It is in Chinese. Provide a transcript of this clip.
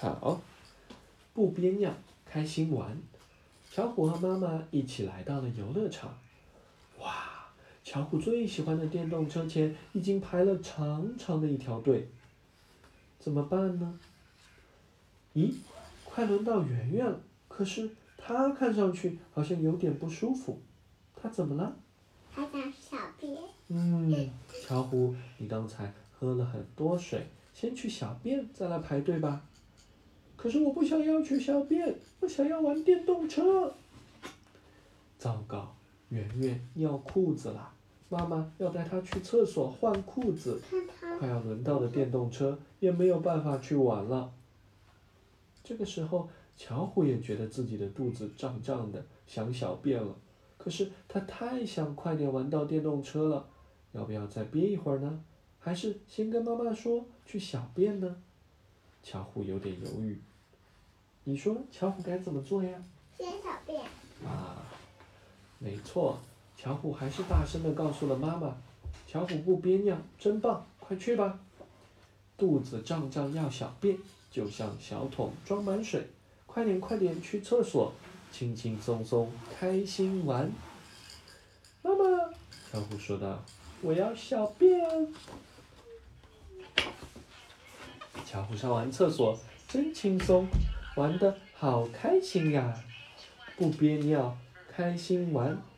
好，不憋尿，开心玩。巧虎和妈妈一起来到了游乐场。哇，巧虎最喜欢的电动车前已经排了长长的一条队。怎么办呢？咦，快轮到圆圆了，可是她看上去好像有点不舒服。她怎么了？ 她想小便。 巧虎，你刚才喝了很多水，先去小便，再来排队吧。可是我不想要去小便，我想要玩电动车。糟糕，圆圆尿裤子了，妈妈要带她去厕所换裤子。快要轮到的电动车也没有办法去玩了。这个时候，巧虎也觉得自己的肚子胀胀的，想小便了。可是他太想快点玩到电动车了，要不要再憋一会儿呢？还是先跟妈妈说去小便呢？巧虎有点犹豫。你说巧虎该怎么做呀？ 先小便。 没错，巧虎还是大声地告诉了妈妈：“巧虎不憋尿，真棒，快去吧！”肚子胀胀要小便，就像小桶装满水，快点快点去厕所，轻轻松松开心玩。妈妈，巧虎说道：“我要小便。”巧虎上完厕所真轻松，玩得好开心呀！不憋尿，开心玩，